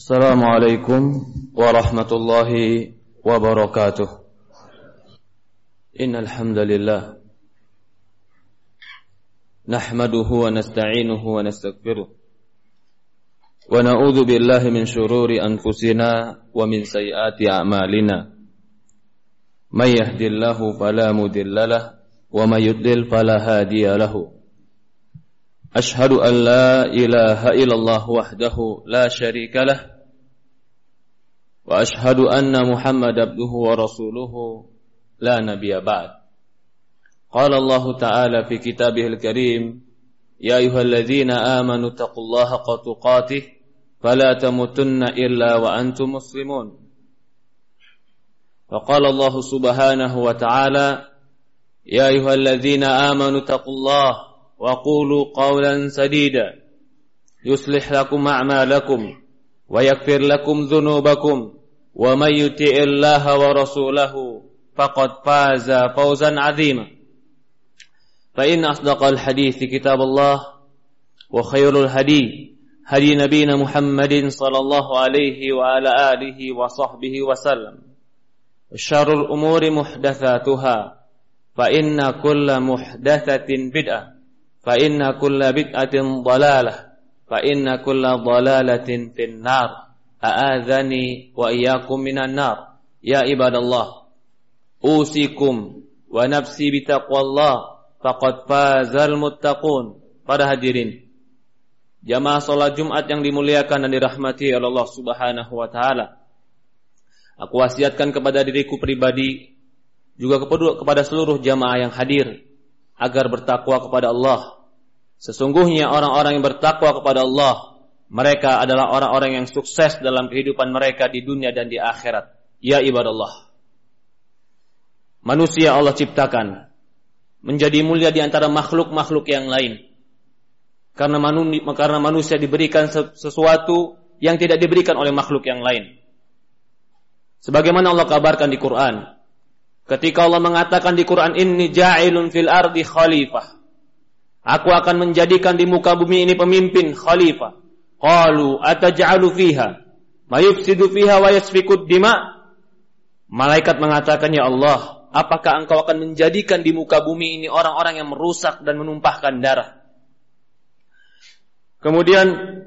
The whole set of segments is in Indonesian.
Assalamualaikum warahmatullahi wabarakatuh. Innal hamdalillah nahmaduhu wa nasta'inuhu wa nastaghfiruh wa na'udzu billahi min shururi anfusina wa min sayyiati a'malina. May yahdihillahu fala mudhillalah wa may yudlil fala hadiya lahu. Ashhadu an la ilaha illallah wahdahu la syarika lah wa ashhadu anna Muhammad abduhu wa rasuluhu la nabiyya ba'd. Qala Allah ta'ala fi kitabihil karim, ya ayyuhalladzina amanu taqullaha haqqa tuqatih fala tamutunna illa wa antum muslimun. Wa qala Allah subhanahu wa ta'ala, ya ayyuhalladzina amanu taqullaha وقولوا قولا سديدا يصلح لكم أعمالكم ويغفر لكم ذنوبكم ومن يطع الله ورسوله فقد فاز فوزا عظيما. فإن أصدق الحديث كتاب الله وخير الهدي هدي نبينا محمد صلى الله عليه وعلى آله وصحبه وسلم. وشر الأمور محدثاتها فإن كل محدثة بدعة fa inna kulla bid'atin dhalalah fa inna kulla dhalalatin finnar a'adzani wa iyyakum minan nar. Ya ibadallah, usikum wa nafsi bitaqwallah faqad fazal muttaqun. Para hadirin jamaah salat Jumat yang dimuliakan dan dirahmati oleh Allah Subhanahu wa taala, aku wasiatkan kepada diriku pribadi juga kepada seluruh jamaah yang hadir agar bertakwa kepada Allah. Sesungguhnya orang-orang yang bertakwa kepada Allah, mereka adalah orang-orang yang sukses dalam kehidupan mereka di dunia dan di akhirat. Ya ibadallah, manusia Allah ciptakan menjadi mulia di antara makhluk-makhluk yang lain. Karena manusia diberikan sesuatu yang tidak diberikan oleh makhluk yang lain. Sebagaimana Allah kabarkan di Quran, ketika Allah mengatakan di Quran, inni ja'ilun fil ardi khalifah, aku akan menjadikan di muka bumi ini pemimpin khalifah. Qalu ataj'alu fiha ma yufsidu fiha wa yasfikud dima. Malaikat mengatakan, ya Allah, apakah engkau akan menjadikan di muka bumi ini orang-orang yang merusak dan menumpahkan darah? Kemudian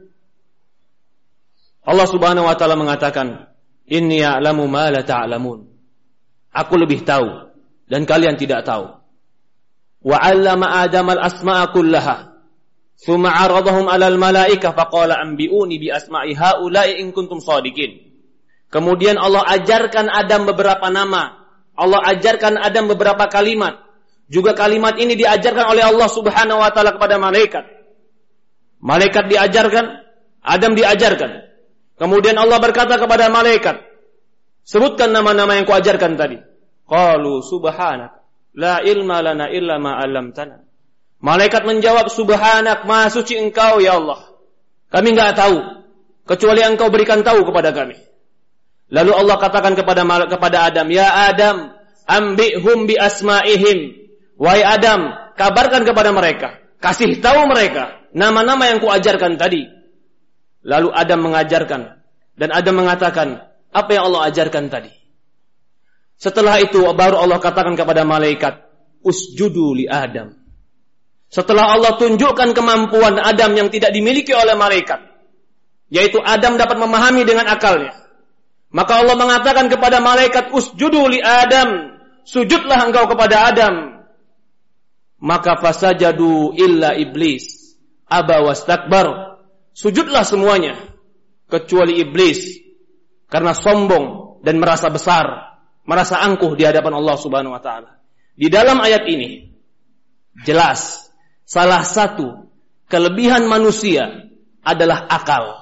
Allah Subhanahu wa taala mengatakan, inni a'lamu ma la ta'lamun. Aku lebih tahu dan kalian tidak tahu. Wa 'allama Adam al-asma'a kullaha thumma 'aradahum 'ala al-malaikah faqala anbi'uni bi asma'i haula'i in kuntum shadiqin. Kemudian Allah ajarkan Adam beberapa nama. Allah ajarkan Adam beberapa kalimat. Juga kalimat ini diajarkan oleh Allah Subhanahu wa taala kepada malaikat. Malaikat diajarkan, Adam diajarkan. Kemudian Allah berkata kepada malaikat, sebutkan nama-nama yang kuajarkan tadi. Qalu subhanak la ilma lana illa ma 'allamtana. Malaikat menjawab, subhanak, maha suci engkau ya Allah, kami enggak tahu kecuali engkau berikan tahu kepada kami. Lalu Allah katakan kepada Adam, ya Adam, ambihum bi asma'ihim. Wahai Adam, kabarkan kepada mereka, kasih tahu mereka nama-nama yang kuajarkan tadi. Lalu Adam mengajarkan, dan Adam mengatakan, apa yang Allah ajarkan tadi? Setelah itu baru Allah katakan kepada malaikat, usjudu li Adam. Setelah Allah tunjukkan kemampuan Adam yang tidak dimiliki oleh malaikat, yaitu Adam dapat memahami dengan akalnya, maka Allah mengatakan kepada malaikat, usjudu li Adam, sujudlah engkau kepada Adam. Maka fasajadu illa iblis aba wastakbar. Sujudlah semuanya kecuali iblis, karena sombong dan merasa besar, merasa angkuh di hadapan Allah Subhanahu wa taala. Di dalam ayat ini jelas salah satu kelebihan manusia adalah akal.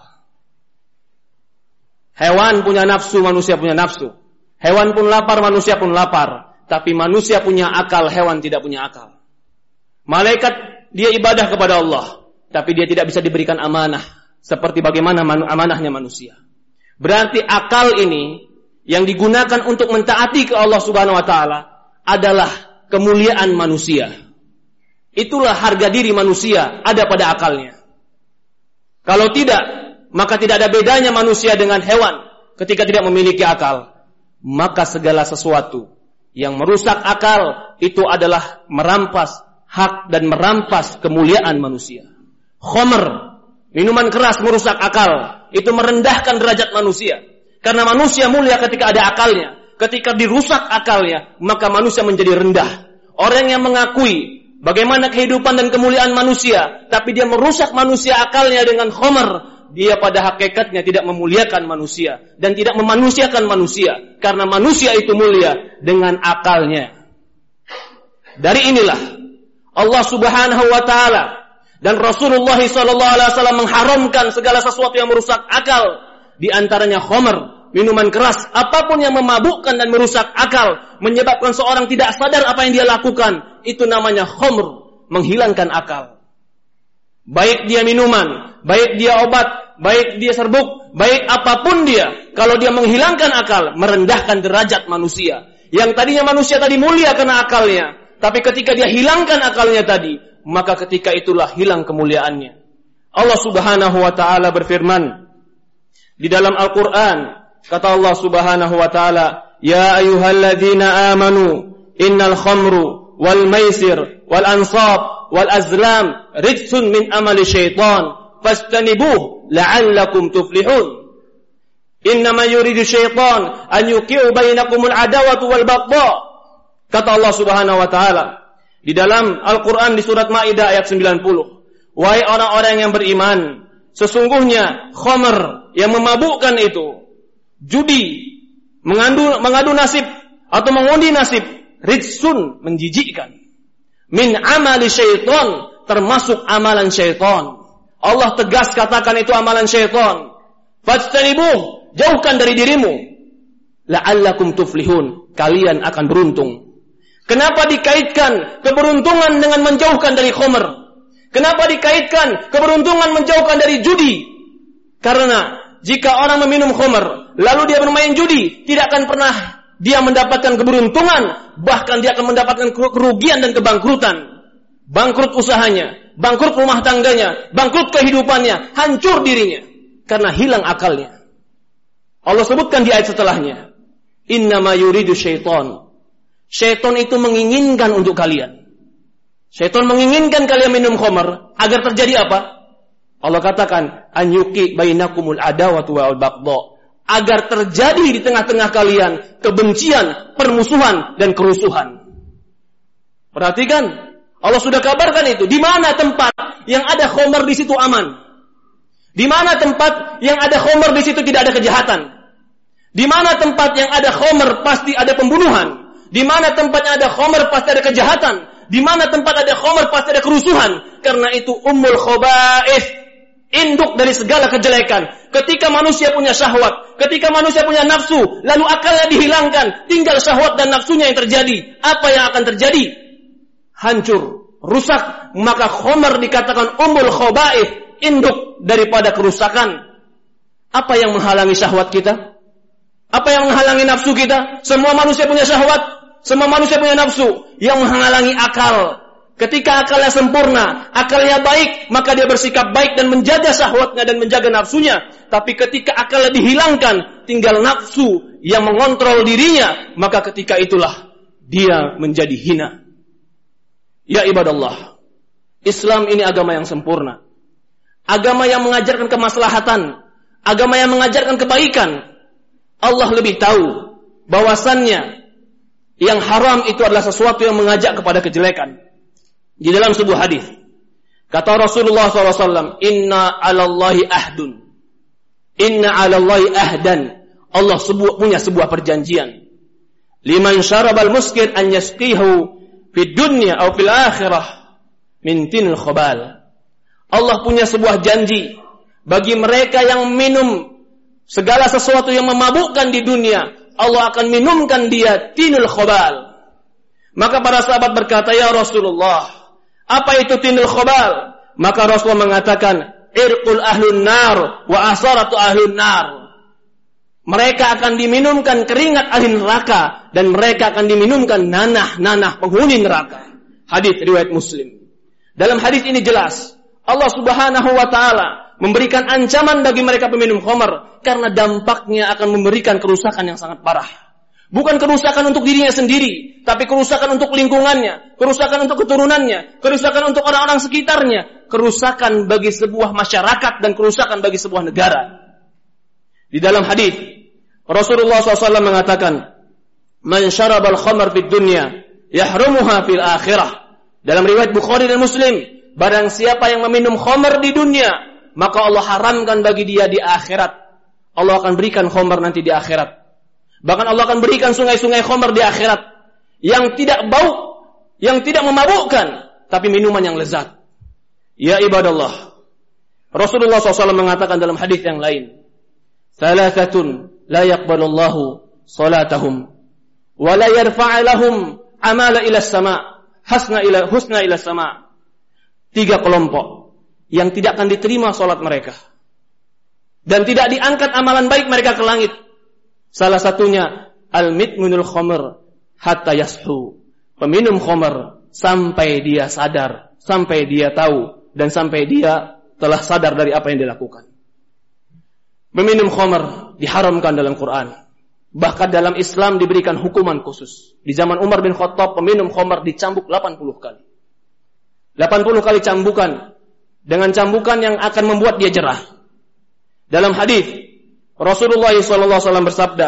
Hewan punya nafsu, manusia punya nafsu. Hewan pun lapar, manusia pun lapar. Tapi manusia punya akal, hewan tidak punya akal. Malaikat dia ibadah kepada Allah, tapi dia tidak bisa diberikan amanah seperti bagaimana amanahnya manusia. Berarti akal ini yang digunakan untuk mentaati ke Allah Subhanahu wa taala adalah kemuliaan manusia. Itulah harga diri manusia ada pada akalnya. Kalau tidak, maka tidak ada bedanya manusia dengan hewan ketika tidak memiliki akal. Maka segala sesuatu yang merusak akal itu adalah merampas hak dan merampas kemuliaan manusia. Khamr, minuman keras merusak akal, itu merendahkan derajat manusia. Karena manusia mulia ketika ada akalnya. Ketika dirusak akalnya, maka manusia menjadi rendah. Orang yang mengakui bagaimana kehidupan dan kemuliaan manusia, tapi dia merusak manusia akalnya dengan khamr, dia pada hakikatnya tidak memuliakan manusia dan tidak memanusiakan manusia, karena manusia itu mulia dengan akalnya. Dari inilah Allah Subhanahu wa taala dan Rasulullah sallallahu alaihi wasallam mengharamkan segala sesuatu yang merusak akal, di antaranya khamr, minuman keras, apapun yang memabukkan dan merusak akal, menyebabkan seorang tidak sadar apa yang dia lakukan, itu namanya khamr, menghilangkan akal. Baik dia minuman, baik dia obat, baik dia serbuk, baik apapun dia, kalau dia menghilangkan akal, merendahkan derajat manusia. Yang tadinya manusia tadi mulia karena akalnya, tapi ketika dia hilangkan akalnya tadi, maka ketika itulah hilang kemuliaannya. Allah Subhanahu wa taala berfirman di dalam Al-Qur'an, kata Allah Subhanahu wa taala, "Ya ayyuhalladzina amanu, innal khamru wal maisir wal ansab wal azlam rijsun min amali syaitan, fastanibuh la'allakum tuflihun." Innama yuridu syaitan an yuqi'u bainakumul adawatu wal baghdha. Kata Allah Subhanahu wa taala di dalam Al-Qur'an di surat Maidah ayat 90, "Wahai orang-orang yang beriman, sesungguhnya khamr yang memabukkan itu, judi, mengadu nasib atau mengundi nasib, rijsun, menjijikkan, min amali syaitan, termasuk amalan syaitan." Allah tegas katakan itu amalan syaitan. Fajtanibuh, jauhkan dari dirimu, la'allakum tuflihun, kalian akan beruntung. Kenapa dikaitkan keberuntungan dengan menjauhkan dari khamr? Kenapa dikaitkan keberuntungan menjauhkan dari judi? Karena jika orang meminum khamr, lalu dia bermain judi, tidak akan pernah dia mendapatkan keberuntungan, bahkan dia akan mendapatkan kerugian dan kebangkrutan. Bangkrut usahanya, bangkrut rumah tangganya, bangkrut kehidupannya, hancur dirinya, karena hilang akalnya. Allah sebutkan di ayat setelahnya, "Innama yuridu syaitan." Syaitan itu menginginkan untuk kalian. Syaitan menginginkan kalian minum khamr, agar terjadi apa? Allah katakan, "An yuqi bainakumul adawatu wal baghdha." Agar terjadi di tengah-tengah kalian kebencian, permusuhan dan kerusuhan. Perhatikan, Allah sudah kabarkan itu. Di mana tempat yang ada khamr di situ aman? Di mana tempat yang ada khamr di situ tidak ada kejahatan? Di mana tempat yang ada khamr pasti ada pembunuhan? Di mana tempat yang ada khamr pasti ada kejahatan? Di mana tempat ada khamr pasti ada kerusuhan? Karena itu ummul khaba'ith, induk dari segala kejelekan. Ketika manusia punya syahwat, ketika manusia punya nafsu, lalu akalnya dihilangkan, tinggal syahwat dan nafsunya yang terjadi. Apa yang akan terjadi? Hancur, rusak. Maka khamr dikatakan ummul khaba'ith, induk daripada kerusakan. Apa yang menghalangi syahwat kita? Apa yang menghalangi nafsu kita? Semua manusia punya syahwat, semua manusia punya nafsu. Yang menghalangi akal. Ketika akalnya sempurna, akalnya baik, maka dia bersikap baik dan menjaga syahwatnya dan menjaga nafsunya. Tapi ketika akalnya dihilangkan, tinggal nafsu yang mengontrol dirinya, maka ketika itulah dia menjadi hina. Ya ibadallah, Islam ini agama yang sempurna. Agama yang mengajarkan kemaslahatan, agama yang mengajarkan kebaikan. Allah lebih tahu bahwasannya yang haram itu adalah sesuatu yang mengajak kepada kejelekan. Di dalam sebuah hadis, kata Rasulullah SAW, "Inna 'alallahi ahdun." Inna 'alallahi ahdan. Allah punya sebuah perjanjian. Liman syarabal muskir an yasqihu fid dunya aw fil akhirah min tinil khabal. Allah punya sebuah janji bagi mereka yang minum segala sesuatu yang memabukkan di dunia, Allah akan minumkan dia tinul khabal. Maka para sahabat berkata, "Ya Rasulullah, apa itu tinul khabal?" Maka Rasulullah mengatakan, "Irqul ahlun nar wa asaratu ahlun nar." Mereka akan diminumkan keringat ahli neraka dan mereka akan diminumkan nanah-nanah penghuni neraka. Hadis riwayat Muslim. Dalam hadis ini jelas Allah Subhanahu wa taala memberikan ancaman bagi mereka peminum khamr karena dampaknya akan memberikan kerusakan yang sangat parah. Bukan kerusakan untuk dirinya sendiri, tapi kerusakan untuk lingkungannya, kerusakan untuk keturunannya, kerusakan untuk orang-orang sekitarnya, kerusakan bagi sebuah masyarakat dan kerusakan bagi sebuah negara. Di dalam hadis Rasulullah SAW mengatakan, "Man syarabal khamr fid dunya, yahrumuha fil akhirah." Dalam riwayat Bukhari dan Muslim, barang siapa yang meminum khamr di dunia, maka Allah haramkan bagi dia di akhirat. Allah akan berikan khamr nanti di akhirat. Bahkan Allah akan berikan sungai-sungai khamr di akhirat yang tidak bau, yang tidak memabukkan, tapi minuman yang lezat. Ya ibadallah, Rasulullah SAW mengatakan dalam hadis yang lain, "Thalathatun la yaqbalullahu salatahum wa la yarfa'u lahum amala ila as-sama' husna ila as-sama'." 3 kelompok yang tidak akan diterima salat mereka dan tidak diangkat amalan baik mereka ke langit. Salah satunya al-midmunul khamr hatta yashu. Peminum khamr sampai dia sadar, sampai dia tahu dan sampai dia telah sadar dari apa yang dilakukan. Peminum khamr diharamkan dalam Quran. Bahkan dalam Islam diberikan hukuman khusus. Di zaman Umar bin Khattab peminum khamr dicambuk 80 kali. 80 kali cambukan dengan cambukan yang akan membuat dia jerah. Dalam hadis Rasulullah SAW bersabda,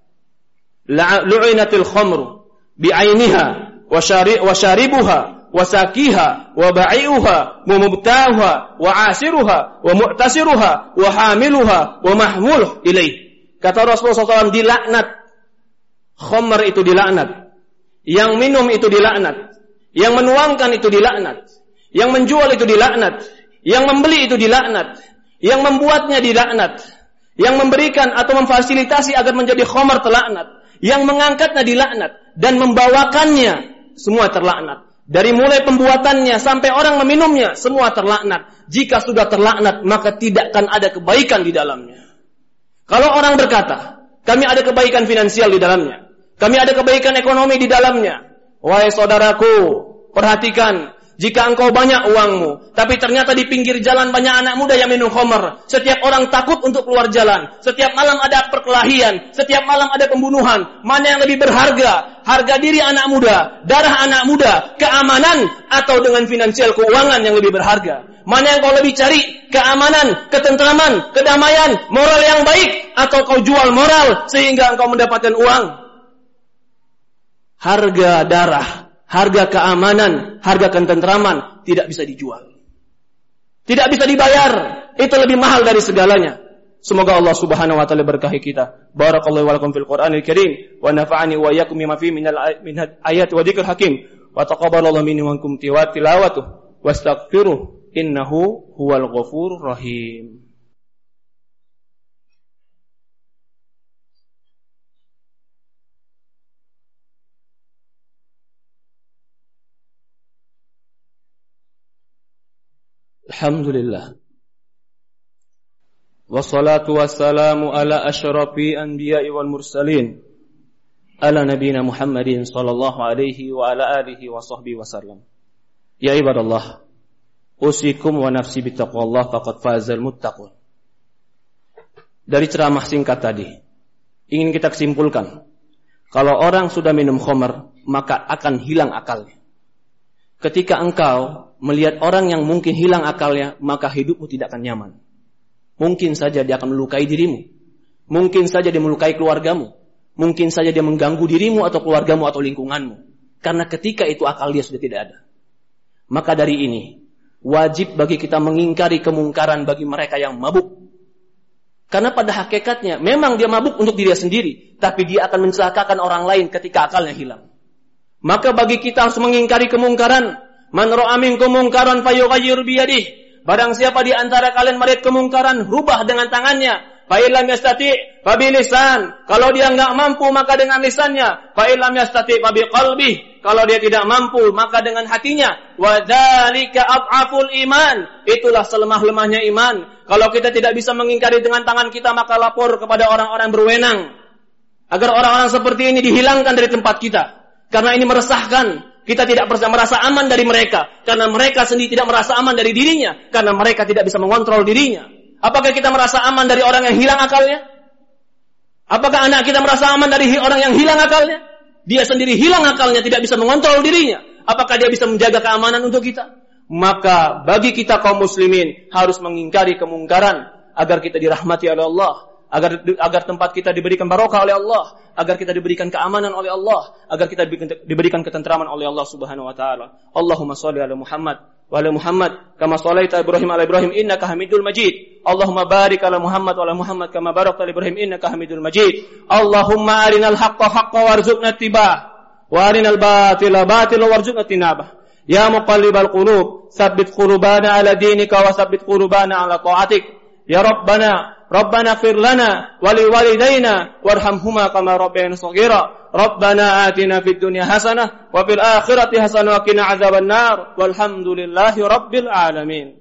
"Lu'inatil khamru bi'ainiha wa syaribuha wa sakiha wa ba'i'uha wa mubta'uha wa 'asiruha wa mu'tasiruha wa hamiluha wa mahmuluh ilaih." Kata Rasulullah SAW, dilaknat. Khamr itu dilaknat. Yang minum itu dilaknat. Yang menuangkan itu dilaknat. Yang menjual itu dilaknat. Yang membeli itu dilaknat. Yang membuatnya dilaknat. Yang memberikan atau memfasilitasi agar menjadi khamr terlaknat. Yang mengangkatnya dilaknat. Dan membawakannya semua terlaknat. Dari mulai pembuatannya sampai orang meminumnya semua terlaknat. Jika sudah terlaknat maka tidak akan ada kebaikan di dalamnya. Kalau orang berkata, kami ada kebaikan finansial di dalamnya, kami ada kebaikan ekonomi di dalamnya. Wahai saudaraku, perhatikan. Jika engkau banyak uangmu, tapi ternyata di pinggir jalan banyak anak muda yang minum khamr. Setiap orang takut untuk keluar jalan. Setiap malam ada perkelahian. Setiap malam ada pembunuhan. Mana yang lebih berharga? Harga diri anak muda, darah anak muda, keamanan, atau dengan finansial keuangan yang lebih berharga? Mana yang kau lebih cari? Keamanan, ketentraman, kedamaian, moral yang baik, atau kau jual moral sehingga engkau mendapatkan uang? Harga darah, harga keamanan, harga ketentraman tidak bisa dijual. Tidak bisa dibayar. Itu lebih mahal dari segalanya. Semoga Allah Subhanahu wa taala berkahi kita. Barakallahu wa lakum fil Qur'anil Karim wa nafa'ani wa iyyakum bima fihi minal ayati wa dzikril hakim wa taqabbalallahu minni wa minkum tilawatuhu wastaghfiruh innahu huwal ghafurur rahim. Alhamdulillah. Wassalatu wassalamu ala asyrafil anbiya'i wal mursalin ala nabiyina Muhammadin sallallahu alaihi wa ala alihi wa sahbihi wasallam. Ya ibadallah, usikum wa nafsi bittaqwallah faqad fazal muttaqun. Dari ceramah singkat tadi ingin kita kesimpulkan, kalau orang sudah minum khamr maka akan hilang akalnya. Ketika engkau melihat orang yang mungkin hilang akalnya, maka hidupmu tidak akan nyaman. Mungkin saja dia akan melukai dirimu. Mungkin saja dia melukai keluargamu. Mungkin saja dia mengganggu dirimu atau keluargamu atau lingkunganmu. Karena ketika itu akal dia sudah tidak ada. Maka dari ini, wajib bagi kita mengingkari kemungkaran bagi mereka yang mabuk. Karena pada hakikatnya, memang dia mabuk untuk dirinya sendiri. Tapi dia akan mencelakakan orang lain ketika akalnya hilang. Maka bagi kita harus mengingkari kemungkaran. Man ra'a minkum munkaran falyughayyir biyadihi. Barang siapa di antara kalian melihat kemungkaran, rubah dengan tangannya. Fa illam yastati' fa bilisan. Kalau dia enggak mampu maka dengan lisannya. Fa illam yastati' fa biqalbihi. Kalau dia tidak mampu maka dengan hatinya. Wa dzalika adhaful iman. Itulah selemah-lemahnya iman. Kalau kita tidak bisa mengingkari dengan tangan kita, maka lapor kepada orang-orang berwenang agar orang-orang seperti ini dihilangkan dari tempat kita. Karena ini meresahkan. Kita tidak merasa aman dari mereka. Karena mereka sendiri tidak merasa aman dari dirinya. Karena mereka tidak bisa mengontrol dirinya. Apakah kita merasa aman dari orang yang hilang akalnya? Apakah anak kita merasa aman dari orang yang hilang akalnya? Dia sendiri hilang akalnya, tidak bisa mengontrol dirinya. Apakah dia bisa menjaga keamanan untuk kita? Maka bagi kita kaum muslimin harus mengingkari kemungkaran agar kita dirahmati oleh Allah, agar tempat kita diberikan barokah oleh Allah, agar kita diberikan keamanan oleh Allah, agar kita diberikan ketentraman oleh Allah Subhanahu wa taala. Allahumma shalli ala Muhammad wa ala Muhammad kama shallaita Ibrahim ala Ibrahim innaka Hamidul Majid. Allahumma barik ala Muhammad wa ala Muhammad kama barakta ala Ibrahim innaka Hamidul Majid. Allahumma arinal haqqa haqqan warzuqna ittiba'ah wa arinal batila batilan warzuqna tinabah. Ya muqallibal qulub, tsabbit qulubana ala dinika wa tsabbit qulubana ala ta'atik. Ya Rabbana ighfir lana wa liwalidayna warhamhuma kama rabbayana shaghira. Rabbana atina fid dunya hasanah wa fil akhirati hasanah wa qina adzabannar. Walhamdulillahi rabbil alamin.